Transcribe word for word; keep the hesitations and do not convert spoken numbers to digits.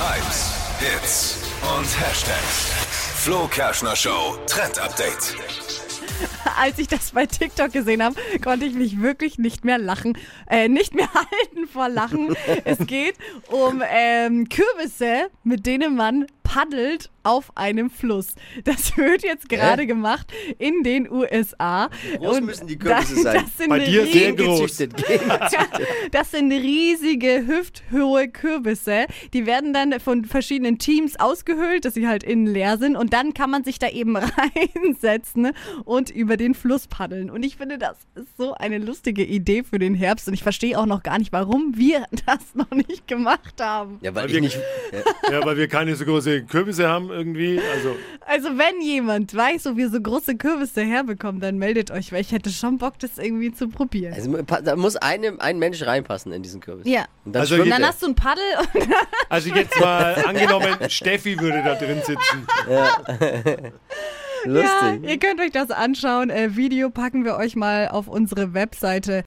Hypes, Hits und Hashtags. Flo Kerschner Show Trend Update. Als ich das bei TikTok gesehen habe, konnte ich mich wirklich nicht mehr lachen, äh, nicht mehr halten vor Lachen. Es geht um ähm, Kürbisse, mit denen man paddelt auf einem Fluss. Das wird jetzt gerade gemacht in den U S A. Wie groß Und müssen die Kürbisse das, sein? Das sind Bei dir riesige- sehr groß. Gezüchtet, gegengezüchtet. Das sind riesige, hüfthohe Kürbisse. Die werden dann von verschiedenen Teams ausgehöhlt, dass sie halt innen leer sind. Und dann kann man sich da eben reinsetzen und über den Fluss paddeln. Und ich finde, das ist so eine lustige Idee für den Herbst. Und ich verstehe auch noch gar nicht, warum wir das noch nicht gemacht haben. Ja, weil Weil ich wir- nicht... Ja. Ja, weil wir keine so große Kürbisse haben irgendwie. Also, Also wenn jemand weiß, wo wir so große Kürbisse herbekommen, dann meldet euch, weil ich hätte schon Bock, das irgendwie zu probieren. Also, da muss eine, ein Mensch reinpassen in diesen Kürbis. Ja. Und dann Also schwimmt Und dann er. hast du ein Paddel und also jetzt mal angenommen, Steffi würde da drin sitzen. Lustig. ja, ihr könnt euch das anschauen. Äh, Video packen wir euch mal auf unsere Webseite